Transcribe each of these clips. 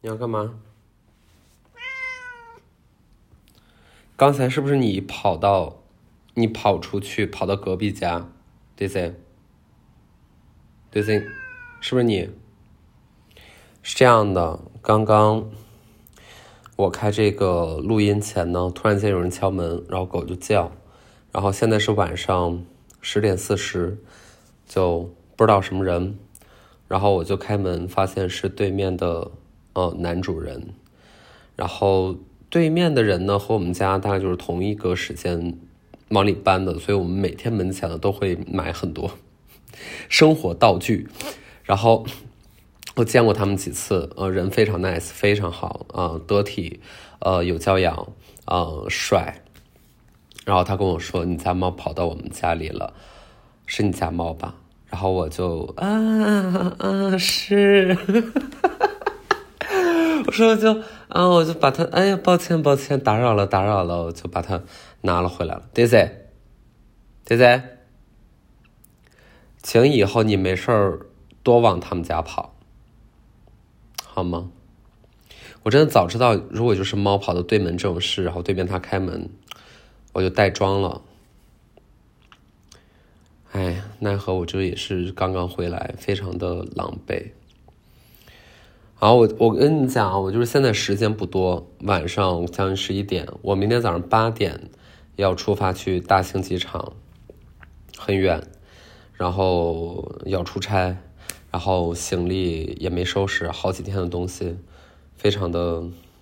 你要干嘛？刚才是不是你跑出去，跑到隔壁家 Daisy， 是不是你？是这样的，刚刚我开这个录音前呢，突然间有人敲门，然后狗就叫，然后现在是晚上10:40，就不知道什么人，然后我就开门，发现是对面的男主人，然后对面的人呢和我们家大概就是同一个时间往里搬的，所以我们每天门前呢都会买很多生活道具，然后我见过他们几次，人非常 nice， 非常好，得体，有教养，帅。然后他跟我说：“你家猫跑到我们家里了，是你家猫吧？”然后我就是，我就把它，哎呀，抱歉，打扰了，我就把它拿了回来了。Daisy， 请以后你没事多往他们家跑，好吗？我真的早知道，如果就是猫跑到对门这种事，然后对面他开门，我就带装了。哎呀，奈何我这也是刚刚回来，非常的狼狈。好，我跟你讲，我就是现在时间不多，晚上将近11点，我明天早上8点要出发去大兴机场，很远，然后要出差，然后行李也没收拾，好几天的东西，非常的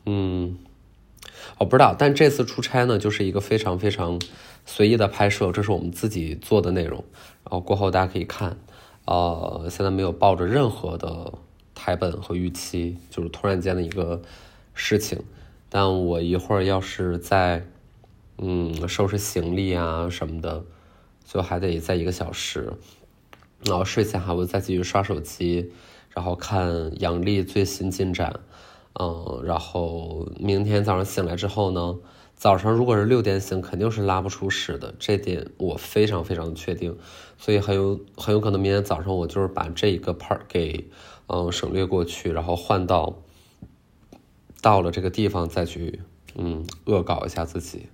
我不知道，但这次出差呢，就是一个非常非常随意的拍摄，这是我们自己做的内容，然后过后大家可以看，现在没有抱着任何的台本和预期，就是突然间的一个事情，但我一会儿要是在收拾行李啊什么的，就还得再1个小时，然后睡前还会再继续刷手机，然后看杨笠最新进展，然后明天早上醒来之后呢，早上如果是6点醒，肯定是拉不出屎的，这点我非常非常确定，所以很有可能明天早上我就是把这一个 part 给省略过去，然后换到了这个地方再去恶搞一下自己。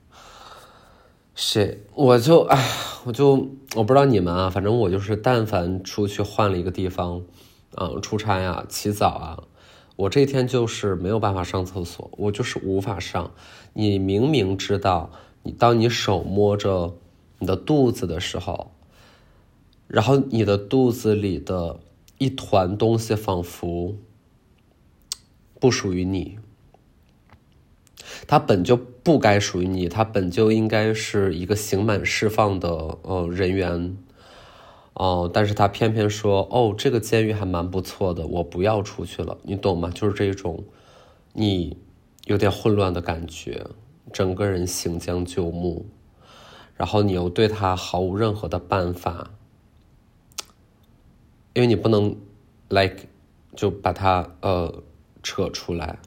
我不知道你们啊，反正我就是但凡出去换了一个地方，出差啊，起早啊，我这一天就是没有办法上厕所，我就是无法上。你明明知道，当你手摸着你的肚子的时候，然后你的肚子里的一团东西仿佛不属于你，它本就不该属于你，它本就应该是一个刑满释放的人员，但是他偏偏说这个监狱还蛮不错的，我不要出去了，你懂吗？就是这种你有点混乱的感觉，整个人行将就木，然后你又对他毫无任何的办法，因为你不能就把他扯出来。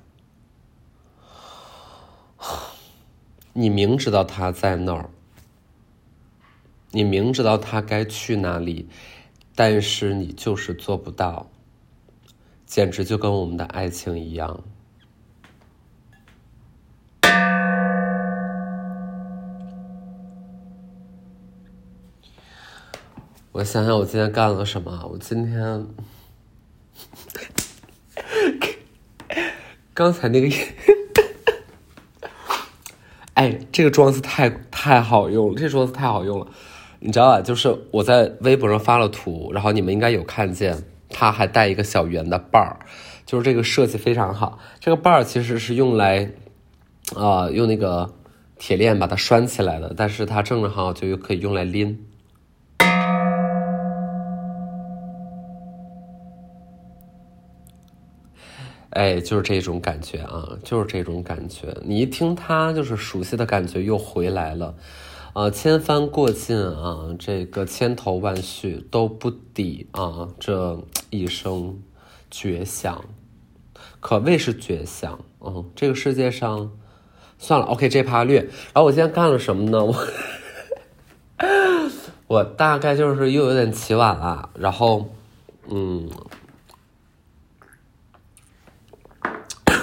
你明知道他在那儿，你明知道他该去哪里，但是你就是做不到，简直就跟我们的爱情一样。我想想我今天干了什么，我今天刚才那个这个装饰太好用了，这装饰太好用了，你知道吧？就是我在微博上发了图，然后你们应该有看见，它还带一个小圆的把儿，就是这个设计非常好。这个把儿其实是用来，用那个铁链把它拴起来的，但是它正好就可以用来拎。就是这种感觉啊，就是这种感觉。你一听它，就是熟悉的感觉又回来了。千帆过尽啊，这个千头万绪都不抵啊，这一声绝响，可谓是绝响。这个世界上，算了 ，OK， 这趴略。然后我今天干了什么呢？我大概就是又有点起晚了，然后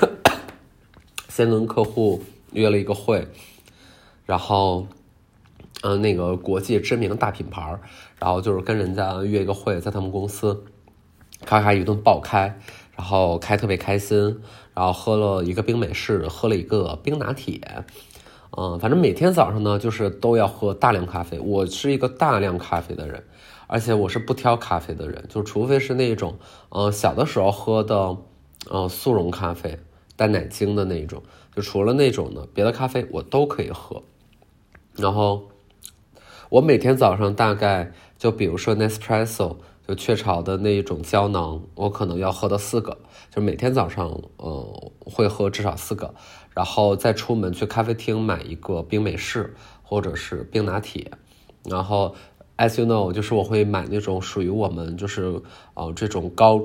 先跟客户约了一个会，然后那个国际知名大品牌，然后就是跟人家约一个会，在他们公司咔咔一顿爆开，然后开特别开心，然后喝了一个冰美式，喝了一个冰拿铁，反正每天早上呢就是都要喝大量咖啡。我是一个大量咖啡的人，而且我是不挑咖啡的人，就除非是那种小的时候喝的速溶咖啡带奶精的那种，就除了那种呢，别的咖啡我都可以喝。然后我每天早上大概就比如说 Nespresso 就雀巢的那一种胶囊，我可能要喝到4个，就每天早上会喝至少4个，然后再出门去咖啡厅买一个冰美式或者是冰拿铁，然后 as you know 就是我会买那种属于我们就是这种高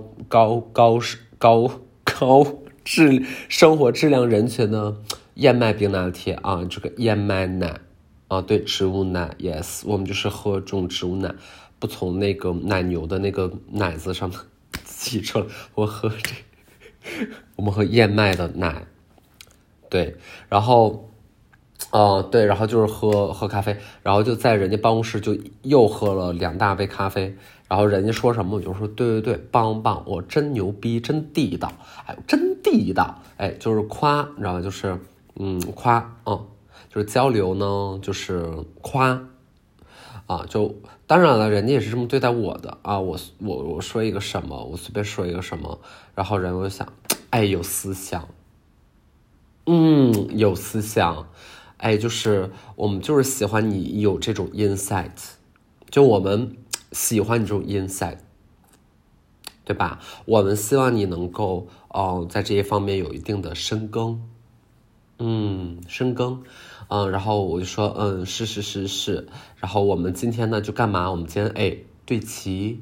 生活质量人群的燕麦冰拿铁啊，这个燕麦奶对，植物奶 yes， 我们就是喝这种植物奶，不从那个奶牛的那个奶子上面挤出来，我们喝燕麦的奶，对，然后对，然后就是喝咖啡，然后就在人家办公室就又喝了2大杯咖啡，然后人家说什么我就说对，棒，我真牛逼，真地道，哎，真地道，哎，就是夸，你知道吗？就是夸，就是交流呢，就是夸，就当然了，人家也是这么对待我的啊，我说一个什么，我随便说一个什么，然后人就想，哎，有思想，有思想。哎，就是我们就是喜欢你有这种 insight， 就我们喜欢你这种 insight， 对吧？我们希望你能够在这一方面有一定的深耕，然后我就说是，然后我们今天呢就干嘛？我们今天对齐，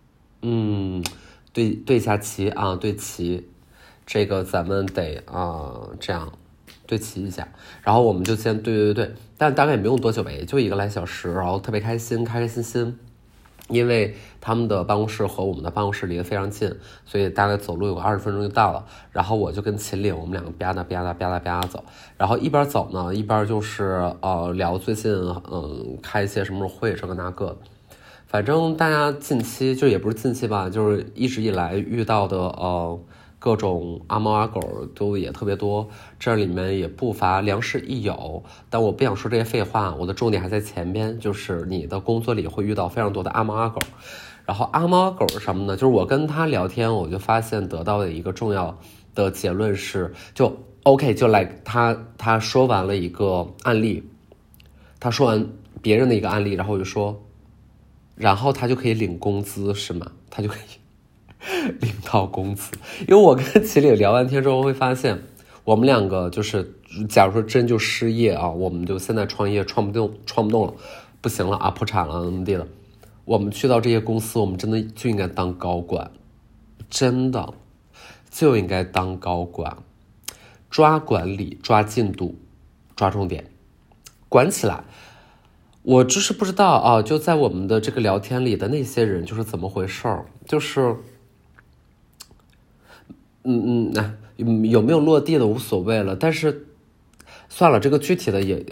对下棋啊，对齐，这个咱们得这样。对齐一下，然后我们就先对，但大概也没用多久吧，也就1个来小时，然后特别开心，因为他们的办公室和我们的办公室离得非常近，所以大概走路有个20分钟就到了。然后我就跟秦岭，我们两个吧嗒走，然后一边走呢，一边就是聊最近开一些什么会，这个那个。反正大家近期就也不是近期吧，就是一直以来遇到的各种阿猫阿狗都也特别多，这里面也不乏良师益友，但我不想说这些废话，我的重点还在前边，就是你的工作里会遇到非常多的阿猫阿狗，然后阿猫阿狗什么呢？就是我跟他聊天，我就发现得到的一个重要的结论是，就 OK， 就来他说完了一个案例，他说完别人的一个案例，然后我就说，然后他就可以领工资是吗？他就可以领到工资。因为我跟齐岭聊完天之后会发现，我们两个就是假如说真就失业啊，我们就现在创业创不动了，不行了啊，破产了怎么地的，我们去到这些公司，我们真的就应该当高管，真的就应该当高管，抓管理，抓进度，抓重点，管起来。我就是不知道啊，就在我们的这个聊天里的那些人就是怎么回事儿，就是有没有落地的无所谓了，但是算了，这个具体的也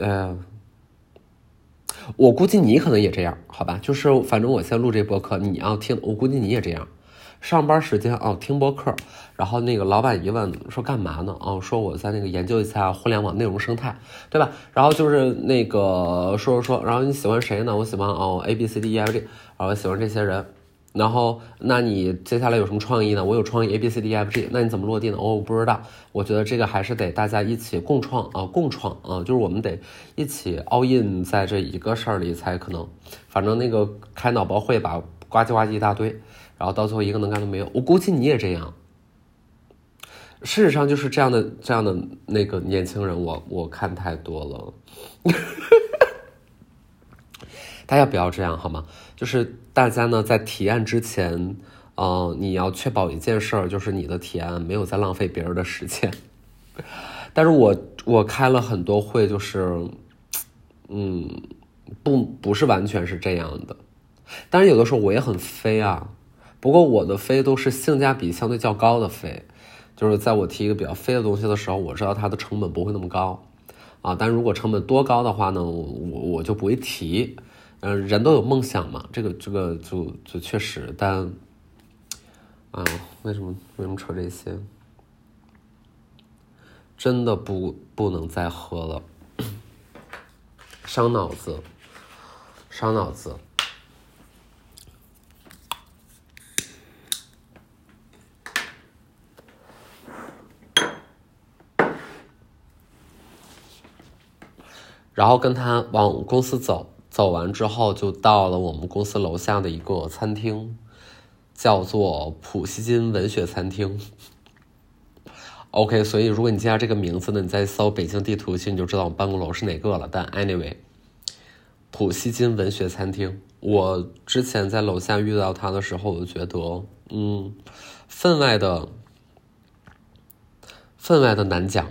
我估计你可能也这样，好吧？就是反正我先录这播客，你要听，我估计你也这样。上班时间听播客，然后那个老板一问说干嘛呢？说我在那个研究一下互联网内容生态，对吧？然后就是那个说，然后你喜欢谁呢？我喜欢A B C D E F G， 然后喜欢这些人。然后那你接下来有什么创意呢？我有创意 A B C D E F G， 那你怎么落地呢？我不知道。我觉得这个还是得大家一起共创，就是我们得一起 all in 在这一个事儿里才可能。反正那个开脑包会吧，呱唧一大堆，然后到最后一个能干都没有。我估计你也这样。事实上就是这样的那个年轻人，我看太多了。大家不要这样好吗？就是大家呢在提案之前，你要确保一件事儿，就是你的提案没有在浪费别人的时间。但是我开了很多会，就是不是完全是这样的。当然有的时候我也很飞啊，不过我的飞都是性价比相对较高的飞， 就是在我提一个比较飞的东西的时候，我知道它的成本不会那么高啊，但如果成本多高的话呢，我就不会提。人都有梦想嘛，这个就确实，但啊，为什么扯这些？真的不能再喝了，伤脑子。然后跟他往公司走完之后，就到了我们公司楼下的一个餐厅，叫做普希金文学餐厅。OK， 所以如果你记下这个名字呢，你再搜北京地图，其实你就知道我们办公楼是哪个了。但 anyway， 普希金文学餐厅，我之前在楼下遇到他的时候，我就觉得，分外的难讲。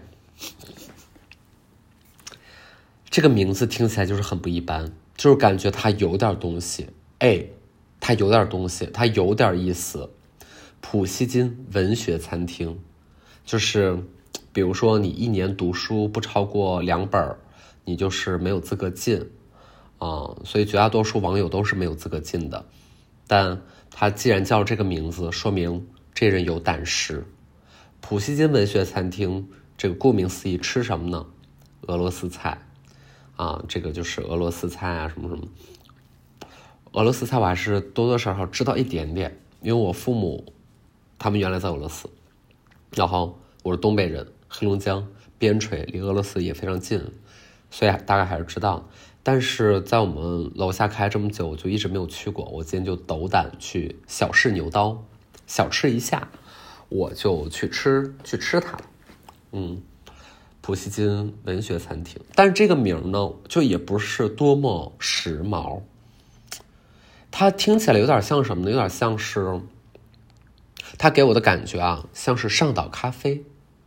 这个名字听起来就是很不一般，就是感觉它有点东西，它有点东西，它有点意思。普希金文学餐厅，就是比如说你一年读书不超过2本，你就是没有资格进所以绝大多数网友都是没有资格进的。但他既然叫这个名字，说明这人有胆识。普希金文学餐厅，这个顾名思义，吃什么呢？俄罗斯菜这个就是俄罗斯菜什么。俄罗斯菜我还是多多少少知道一点点，因为我父母他们原来在俄罗斯，然后我是东北人，黑龙江边陲离俄罗斯也非常近，所以大概还是知道。但是在我们楼下开这么久，我就一直没有去过。我今天就斗胆去小试牛刀，小吃一下，我就去吃它了。普希金文学餐厅，但是这个名呢，就也不是多么时髦。它听起来有点像什么呢？有点像是，它给我的感觉像是上岛咖啡。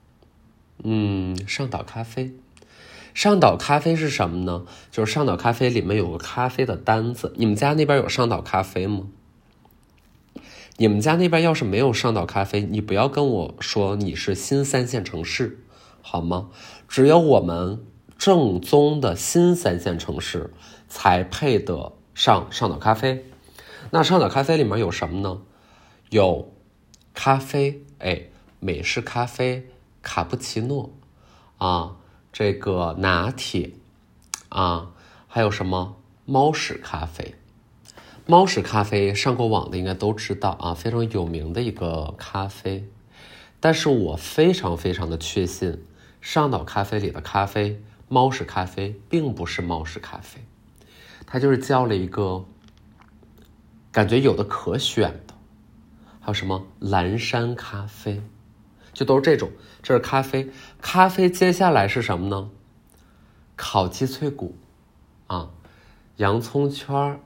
上岛咖啡。上岛咖啡是什么呢？就是上岛咖啡里面有个咖啡的单子。你们家那边有上岛咖啡吗？你们家那边要是没有上岛咖啡，你不要跟我说你是新3线城市，好吗？只有我们正宗的新3线城市才配得上上岛咖啡。那上岛咖啡里面有什么呢？有咖啡，美式咖啡、卡布奇诺这个拿铁还有什么猫屎咖啡。猫屎咖啡上过网的应该都知道非常有名的一个咖啡。但是我非常非常的确信，上岛咖啡里的咖啡，猫屎咖啡并不是猫屎咖啡，它就是叫了一个感觉有的可选的，还有什么蓝山咖啡，就都是这种。这是咖啡。咖啡接下来是什么呢？烤鸡脆骨洋葱圈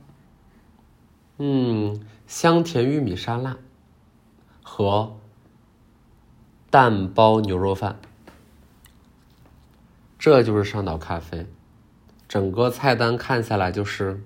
香甜玉米沙拉和蛋包牛肉饭。这就是上岛咖啡。整个菜单看下来就是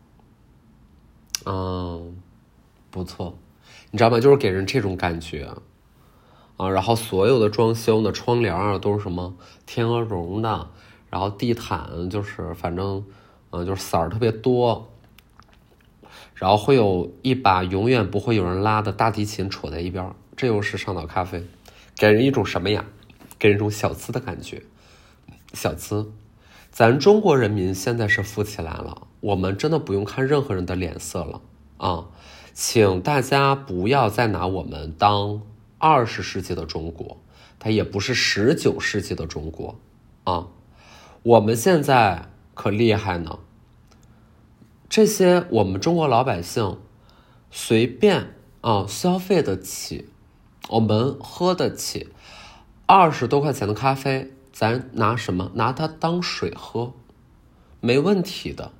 不错，你知道吗？就是给人这种感觉然后所有的装修呢，窗帘都是什么天鹅绒的，然后地毯就是反正就是色儿特别多，然后会有一把永远不会有人拉的大提琴杵在一边。这又是上岛咖啡，给人一种什么呀？给人一种小资的感觉。小资，咱中国人民现在是富起来了，我们真的不用看任何人的脸色了请大家不要再拿我们当20世纪的中国，它也不是19世纪的中国我们现在可厉害呢。这些我们中国老百姓随便消费得起，我们喝得起20多块钱的咖啡，咱拿什么？拿它当水喝，没问题的。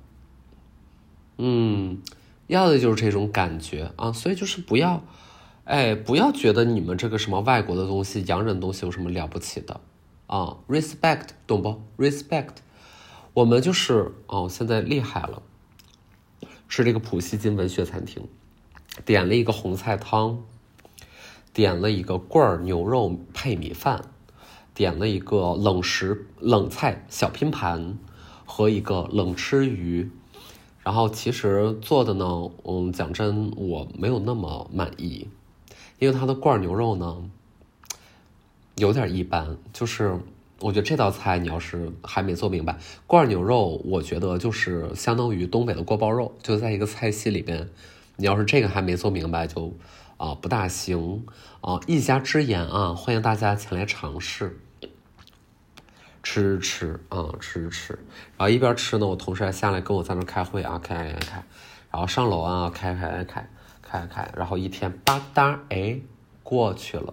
要的就是这种感觉所以就是不要觉得你们这个什么外国的东西、洋人的东西有什么了不起的respect， 懂不 ？respect， 我们就是现在厉害了。吃这个普希金文学餐厅，点了一个红菜汤， 点了一个棍儿牛肉配米饭，点了一个冷菜小拼盘和一个冷吃鱼。然后其实做的呢，讲真我没有那么满意，因为它的罐儿牛肉呢有点一般，就是我觉得这道菜你要是还没做明白，罐儿牛肉我觉得就是相当于东北的锅包肉，就在一个菜系里边，你要是这个还没做明白就不大行一家之言啊，欢迎大家前来尝试。吃，然后一边吃呢，我同事还下来跟我在那开会啊，开，然后上楼啊，开，然后一天吧嗒过去了。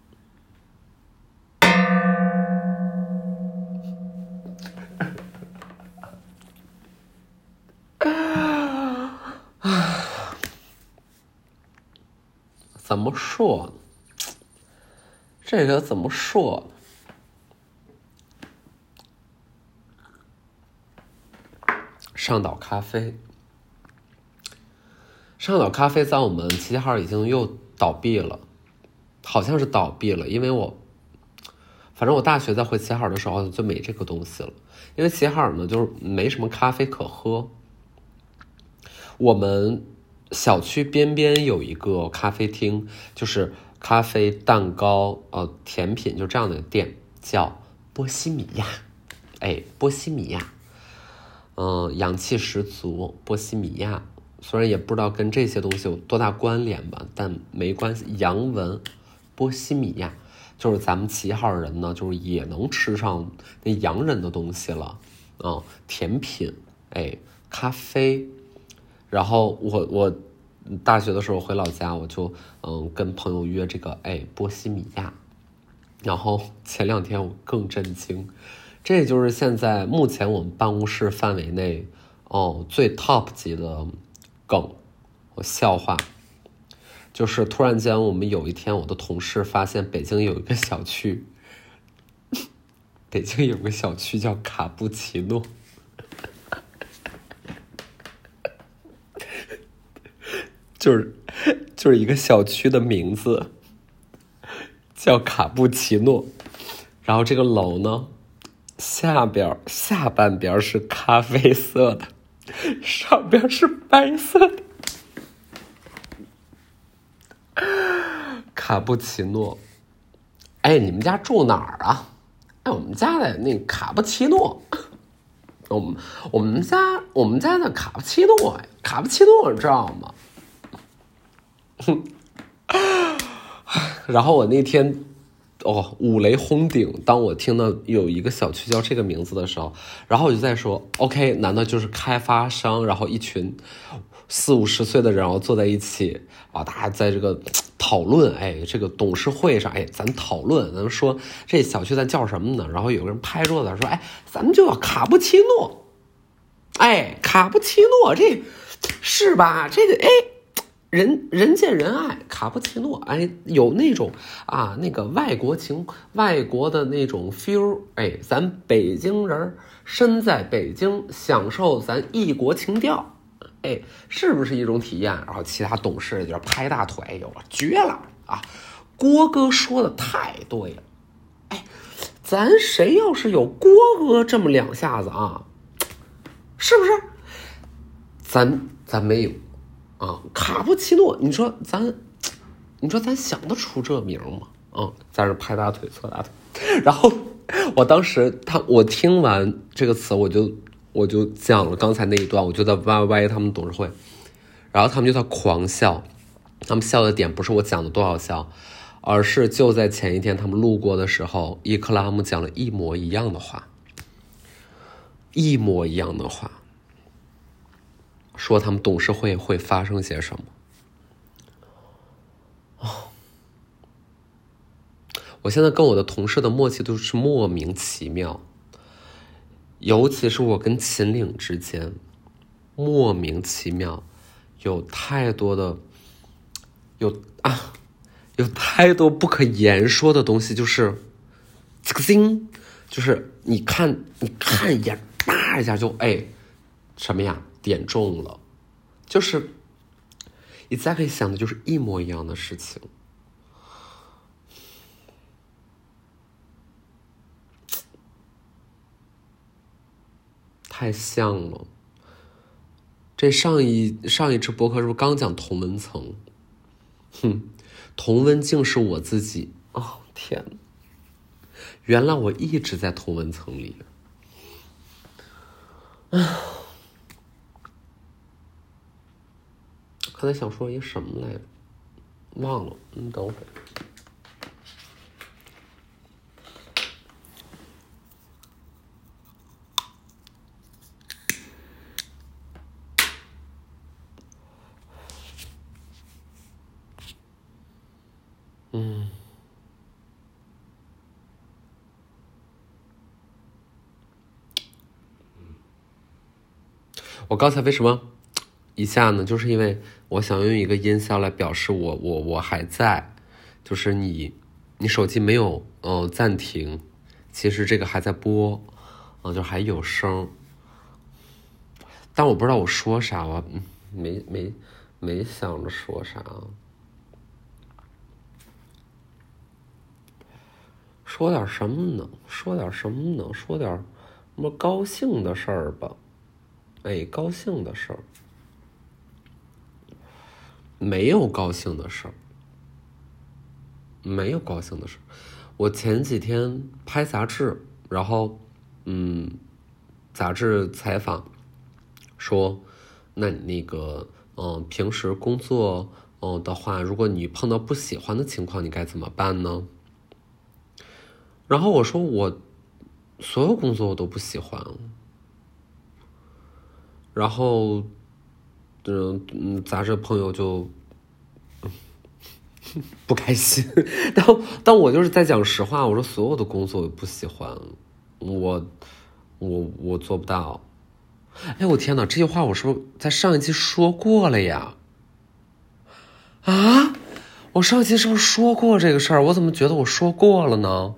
怎么说呢？这个怎么说呢？上岛咖啡在我们齐齐哈尔已经又倒闭了，好像是倒闭了，因为反正我大学在回齐齐哈尔的时候就没这个东西了，因为齐齐哈尔呢就是没什么咖啡可喝。我们小区边边有一个咖啡厅，就是咖啡、蛋糕、甜品就这样的店，叫波西米亚。波西米亚，洋气十足，波西米亚。虽然也不知道跟这些东西有多大关联吧，但没关系。洋文波西米亚就是咱们齐齐哈尔人呢，就是也能吃上那洋人的东西了甜品，咖啡。然后我大学的时候回老家，我就跟朋友约这个波西米亚。然后前2天我更震惊，这就是现在目前我们办公室范围内最 top 级的梗和笑话。就是突然间我们有一天，我的同事发现北京有一个小区叫卡布奇诺。就是一个小区的名字叫卡布奇诺，然后这个楼呢下半边是咖啡色的，上边是白色的。卡布奇诺，你们家住哪儿啊？我们家在那卡布奇诺。我们家的卡布奇诺，卡布奇诺知道吗？然后我那天五雷轰顶，当我听到有一个小区叫这个名字的时候，然后我就在说 OK， 难道就是开发商，然后一群40-50岁的人然后坐在一起大家在这个讨论这个董事会上咱讨论，咱们说这小区咱叫什么呢？然后有个人拍桌子说咱们就叫卡布奇诺。卡布奇诺，这是吧？这个人见人爱，卡布奇诺，有那种那个外国的那种 feel，咱北京人身在北京，享受咱异国情调，是不是一种体验？然后其他董事就拍大腿，绝了啊！郭哥说的太对了，咱谁要是有郭哥这么2下子是不是？咱没有。卡布奇诺，你说咱想得出这名吗？在这拍大腿搓大腿。然后我当时我听完这个词，我就讲了刚才那一段，我就在歪他们董事会，然后他们就在狂笑。他们笑的点不是我讲的多好笑，而是就在前一天他们路过的时候，伊克拉姆讲了一模一样的话，说他们董事会会发生些什么。我现在跟我的同事的默契都是莫名其妙，尤其是我跟秦岭之间，莫名其妙，有太多不可言说的东西，就是这个心，就是你看一眼，一下就什么呀？点中了，就是exactly想的就是一模一样的事情。 太像了。这上一支播客是不是刚讲同温层？同温竟是我自己。哦天哪，原来我一直在同温层里。刚才想说一什么来着，忘了。等会儿。我刚才为什么一下呢？就是因为我想用一个音效来表示我还在，就是你手机没有暂停，其实这个还在播，就还有声，但我不知道我说啥，我没想着说啥，说点什么呢？说点什么高兴的事儿吧。高兴的事儿没有高兴的事儿，没有高兴的事儿。我前几天拍杂志，然后杂志采访说，那你那个平时工作的话，如果你碰到不喜欢的情况，你该怎么办呢？然后我说我所有工作我都不喜欢。然后，杂志朋友就不开心，但我就是在讲实话，我说所有的工作我不喜欢，我做不到。我天哪，这句话我是不是在上一期说过了呀？啊，我上一期是不是说过这个事儿？我怎么觉得我说过了呢？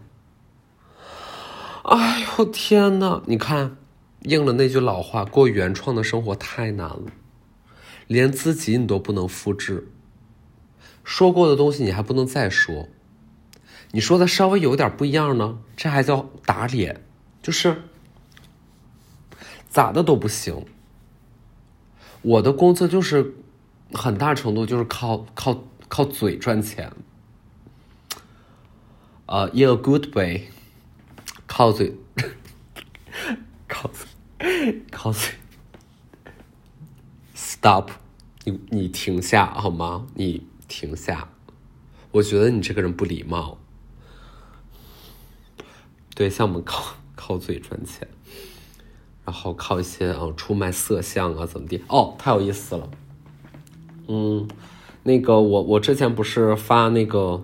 哎呦天哪，你看。应了那句老话，过原创的生活太难了，连自己你都不能复制，说过的东西你还不能再说，你说的稍微有点不一样呢，这还叫打脸，就是咋的都不行。我的工作就是很大程度就是靠嘴赚钱，in a good way， 靠嘴靠嘴 ，stop， 你停下好吗？你停下，我觉得你这个人不礼貌。对，像我们靠嘴赚钱，然后靠一些出卖色相啊怎么地？太有意思了。那个我之前不是发那个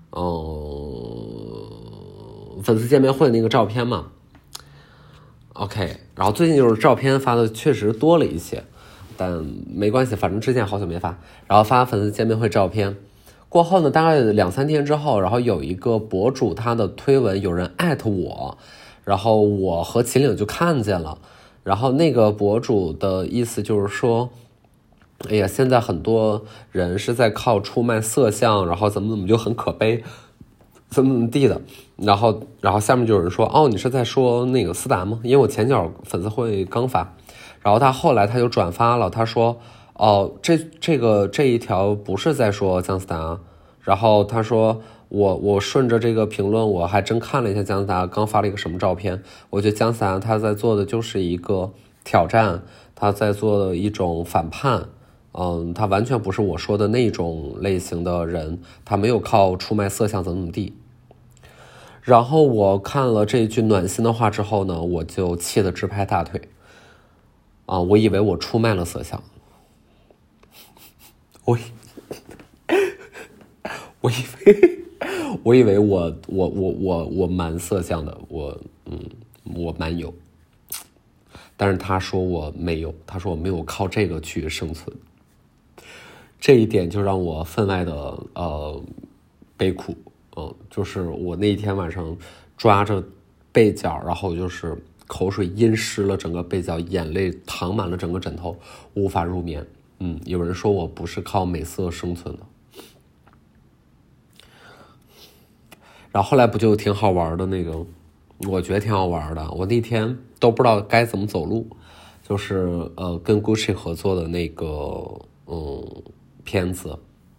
粉丝见面会那个照片嘛？ OK， 然后最近就是照片发的确实多了一些，但没关系，反正之前好久没发。然后发粉丝见面会照片过后呢，大概2-3天之后，然后有一个博主他的推文有人艾特我，然后我和秦岭就看见了。然后那个博主的意思就是说，哎呀，现在很多人是在靠出卖色相，然后怎么就很可悲。怎么地的，然后下面就有人说，你是在说那个思达吗？因为我前脚粉丝会刚发，然后他后来他就转发了，他说，这一条不是在说姜思达，然后他说我顺着这个评论，我还真看了一下姜思达刚发了一个什么照片，我觉得姜思达他在做的就是一个挑战，他在做的一种反叛。他完全不是我说的那种类型的人，他没有靠出卖色相怎么地。然后我看了这句暖心的话之后呢，我就气得直拍大腿。我以为我出卖了色相，我以为我蛮色相的，我蛮有，但是他说我没有，他说我没有靠这个去生存。这一点就让我分外的悲苦，就是我那一天晚上抓着被角，然后就是口水阴湿了整个被角，眼泪淌满了整个枕头，无法入眠。有人说我不是靠美色生存的，然后后来不就挺好玩的那个，我觉得挺好玩的，我那天都不知道该怎么走路， 就是跟 Gucci 合作的那个片子，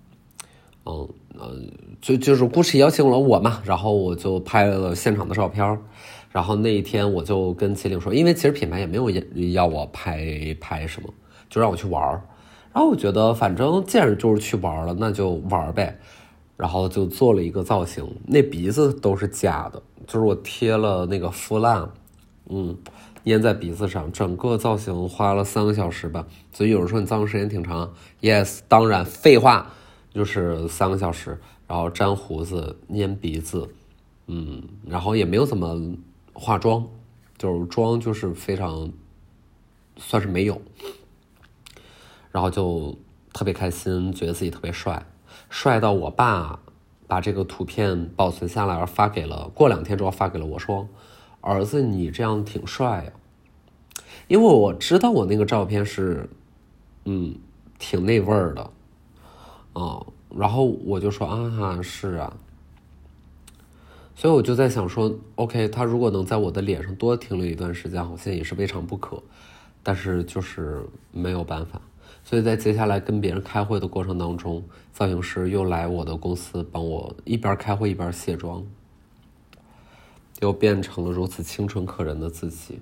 就是 Gucci 邀请了我嘛，然后我就拍了现场的照片，然后那一天我就跟麒麟说，因为其实品牌也没有要我拍什么，就让我去玩，然后我觉得反正既然就是去玩了，那就玩呗，然后就做了一个造型，那鼻子都是假的，就是我贴了那个敷蜡，粘在鼻子上，整个造型花了3个小时吧。所以有人说你造型时间挺长 ，yes， 当然废话，就是3个小时，然后粘胡子、粘鼻子，然后也没有怎么化妆，就是妆就是非常算是没有，然后就特别开心，觉得自己特别帅，帅到我爸把这个图片保存下来，发给了过2天之后发给了我说，儿子你这样挺帅呀，因为我知道我那个照片是挺那味儿的然后我就说啊是啊，所以我就在想说 OK， 他如果能在我的脸上多停留一段时间好像也是未尝不可，但是就是没有办法，所以在接下来跟别人开会的过程当中，造型师又来我的公司帮我一边开会一边卸妆，又变成了如此清纯可人的自己。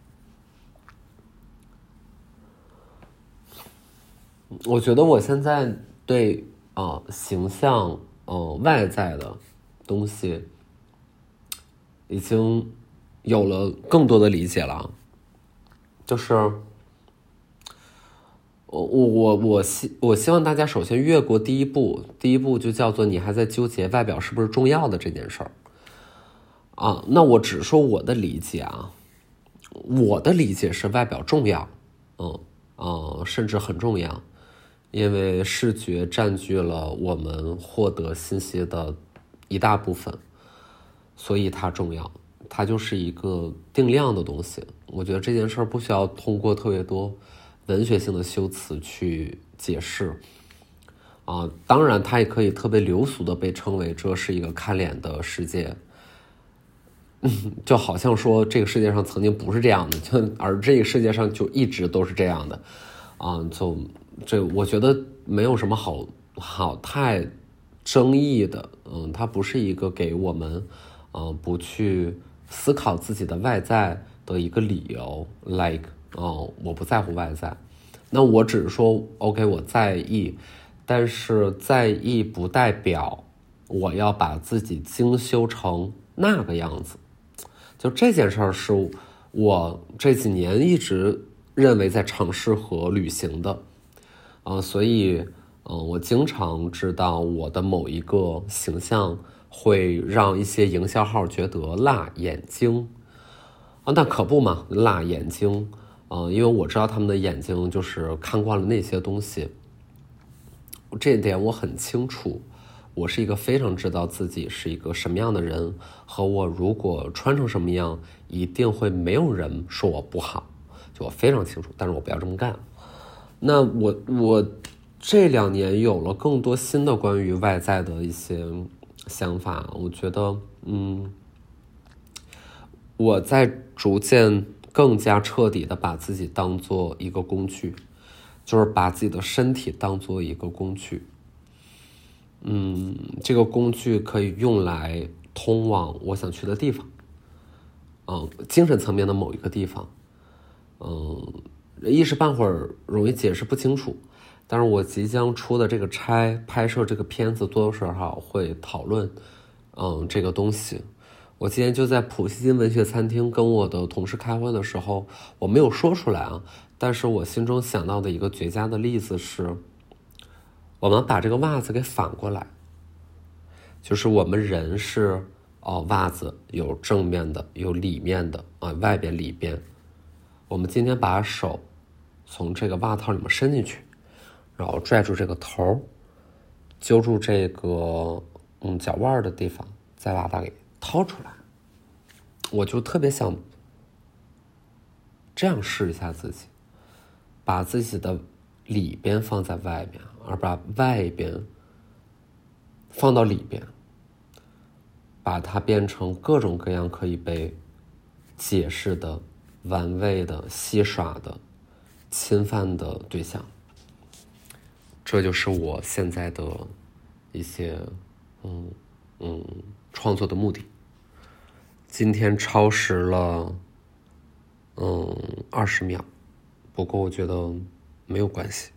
我觉得我现在对形象外在的东西已经有了更多的理解了，就是我希望大家首先越过第一步就叫做你还在纠结外表是不是重要的这件事儿那我只说我的理解啊，我的理解是外表重要，甚至很重要，因为视觉占据了我们获得信息的一大部分，所以它重要，它就是一个定量的东西。我觉得这件事儿不需要通过特别多文学性的修辞去解释当然它也可以特别流俗的被称为这是一个看脸的世界，就好像说这个世界上曾经不是这样的，而这个世界上就一直都是这样的这我觉得没有什么好太争议的，它不是一个给我们不去思考自己的外在的一个理由 ，like 我不在乎外在，那我只是说 OK 我在意，但是在意不代表我要把自己精修成那个样子，就这件事儿是我这几年一直认为在尝试和旅行的所以我经常知道我的某一个形象会让一些营销号觉得辣眼睛那可不嘛，辣眼睛因为我知道他们的眼睛就是看惯了那些东西，这一点我很清楚，我是一个非常知道自己是一个什么样的人，和我如果穿成什么样一定会没有人说我不好，就我非常清楚，但是我不要这么干。那我这2年有了更多新的关于外在的一些想法，我觉得我在逐渐更加彻底的把自己当做一个工具，就是把自己的身体当做一个工具这个工具可以用来通往我想去的地方精神层面的某一个地方一时半会儿容易解释不清楚，但是我即将出的这个拍摄这个片子多多少少会讨论这个东西。我今天就在普希金文学餐厅跟我的同事开会的时候，我没有说出来但是我心中想到的一个绝佳的例子是，我们把这个袜子给反过来，就是我们人是袜子有正面的有里面的外边里边，我们今天把手从这个袜套里面伸进去，然后拽住这个头，揪住这个脚腕的地方，再把它给掏出来。我就特别想这样试一下自己，把自己的里边放在外面，而把外边放到里边，把它变成各种各样可以被解释的、玩味的、戏耍的侵犯的对象。这就是我现在的一些创作的目的。今天超时了20秒，不过我觉得没有关系。